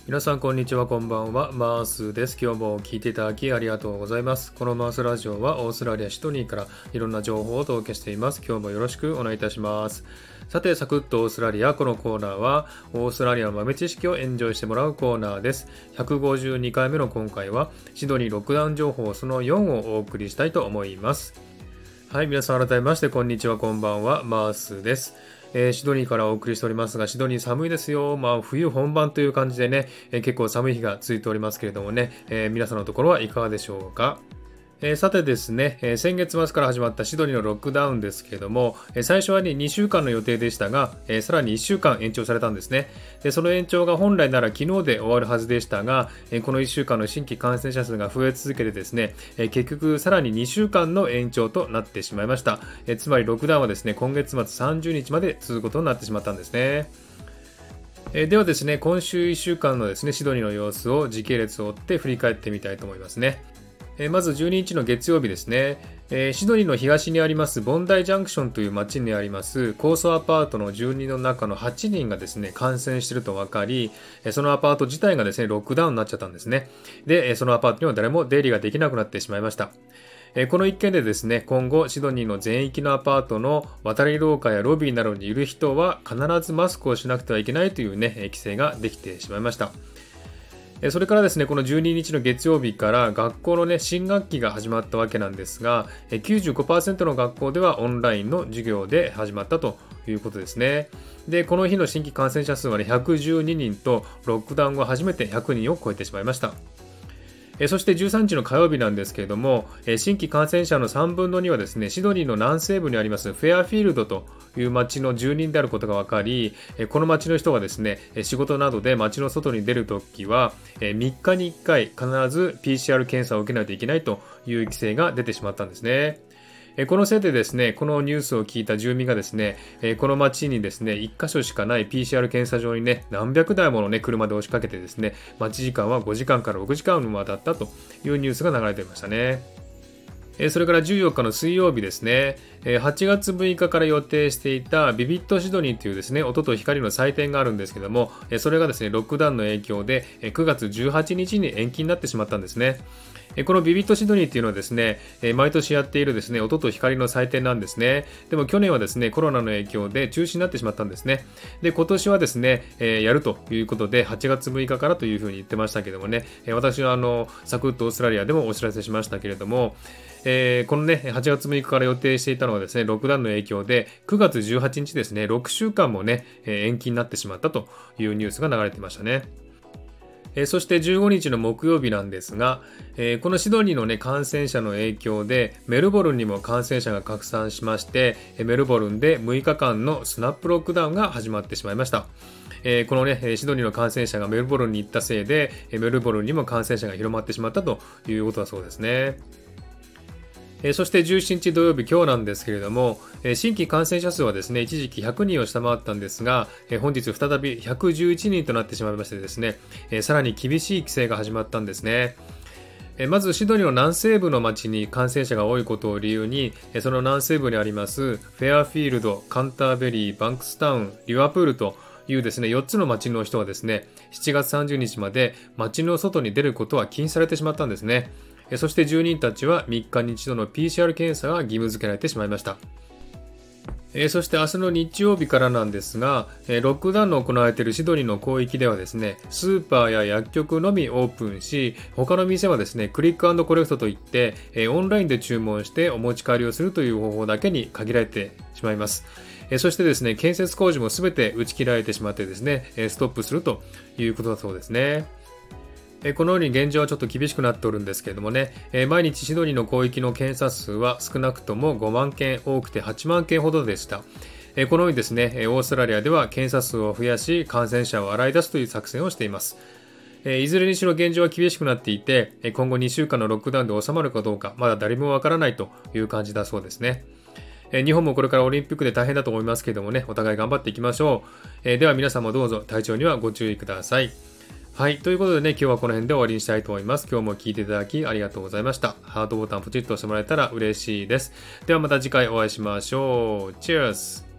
皆さんこんにちは、こんばんは。マースです。今日も聞いていただきありがとうございます。このマースラジオはオーストラリアシドニーからいろんな情報をお届けしています。今日もよろしくお願いいたします。さて、サクッとオーストラリア、このコーナーはオーストラリアの豆知識をエンジョイしてもらうコーナーです。152回目の今回はシドニーロックダウン情報その4をお送りしたいと思います。はい、皆さん改めましてこんにちは、こんばんは。マースです。シドニーからお送りしておりますが、シドニー寒いですよ。冬本番という感じでね、結構寒い日が続いておりますけれどもね、皆さんのところはいかがでしょうか。さてですね、先月末から始まったシドニーのロックダウンですけれども、最初は2週間の予定でしたが、さらに1週間延長されたんですね。でその延長が本来なら昨日で終わるはずでしたが、この1週間の新規感染者数が増え続けてですね、結局さらに2週間の延長となってしまいました。つまりロックダウンはですね、今月末30日まで続くことになってしまったんですね。ではですね、今週1週間のですね、シドニーの様子を時系列を追って振り返ってみたいと思いますね。まず12日の月曜日ですね、シドニーの東にありますボンダイジャンクションという町にあります高層アパートの住人の中の8人がですね感染していると分かり、そのアパート自体がですねロックダウンになっちゃったんですね。でそのアパートには誰も出入りができなくなってしまいました。この一件でですね、今後シドニーの全域のアパートの渡り廊下やロビーなどにいる人は必ずマスクをしなくてはいけないというね規制ができてしまいました。それからですね、この12日の月曜日から学校のね、新学期が始まったわけなんですが、95% の学校ではオンラインの授業で始まったということですね。で、この日の新規感染者数はね、112人と、ロックダウン後初めて100人を超えてしまいました。そして13日の火曜日なんですけれども、新規感染者の3分の2はですね、シドニーの南西部にありますフェアフィールドという町の住人であることが分かり、この町の人がですね、仕事などで町の外に出るときは、3日に1回必ず PCR 検査を受けないといけないという規制が出てしまったんですね。このせいでですね、このニュースを聞いた住民がですね、この町にですね、1箇所しかない PCR 検査場にね、何百台ものね、車で押しかけてですね、待ち時間は5時間から6時間にわたったというニュースが流れていましたね。それから14日の水曜日ですね、8月6日から予定していたビビットシドニーというですね、音と光の祭典があるんですけども、それがですね、ロックダウンの影響で9月18日に延期になってしまったんですね。このビビットシドニーっていうのはですね、毎年やっているですね、音と光の祭典なんですね。でも去年はですね、コロナの影響で中止になってしまったんですね。で、今年はですね、やるということで、8月6日からというふうに言ってましたけどもね、私はサクッとオーストラリアでもお知らせしましたけれども、このね、8月6日から予定していたのはですね、ロックダウンの影響で、9月18日ですね、6週間もね、延期になってしまったというニュースが流れていましたね。そして15日の木曜日なんですが、このシドニーの、ね、感染者の影響でメルボルンにも感染者が拡散しまして、メルボルンで6日間のスナップロックダウンが始まってしまいました。このね、シドニーの感染者がメルボルンに行ったせいで、メルボルンにも感染者が広まってしまったということだそうですね。そして17日土曜日、今日なんですけれども、新規感染者数はですね、一時期100人を下回ったんですが、本日再び111人となってしまいましてですね、さらに厳しい規制が始まったんですね。まずシドニーの南西部の町に感染者が多いことを理由に、その南西部にありますフェアフィールド、カンターベリー、バンクスタウン、リバプールというですね、4つの町の人はですね、7月30日まで町の外に出ることは禁止されてしまったんですね。そして住人たちは3日に一度の PCR 検査が義務付けられてしまいました。そして明日の日曜日からなんですが、ロックダウンの行われているシドニーの広域ではですね、スーパーや薬局のみオープンし、他の店はですね、クリック&コレクトといって、オンラインで注文してお持ち帰りをするという方法だけに限られてしまいます。そしてですね、建設工事もすべて打ち切られてしまってですね、ストップするということだそうですね。このように現状はちょっと厳しくなっておるんですけれどもね、毎日シドニーの広域の検査数は少なくとも5万件、多くて8万件ほどでした。このようにですね、オーストラリアでは検査数を増やし、感染者を洗い出すという作戦をしています。いずれにしろ現状は厳しくなっていて、今後2週間のロックダウンで収まるかどうか、まだ誰もわからないという感じだそうですね。日本もこれからオリンピックで大変だと思いますけれどもね、お互い頑張っていきましょう。では皆さんもどうぞ体調にはご注意ください。はい。ということでね、今日はこの辺で終わりにしたいと思います。今日も聞いていただきありがとうございました。ハートボタンポチッと押してもらえたら嬉しいです。ではまた次回お会いしましょう。チェアス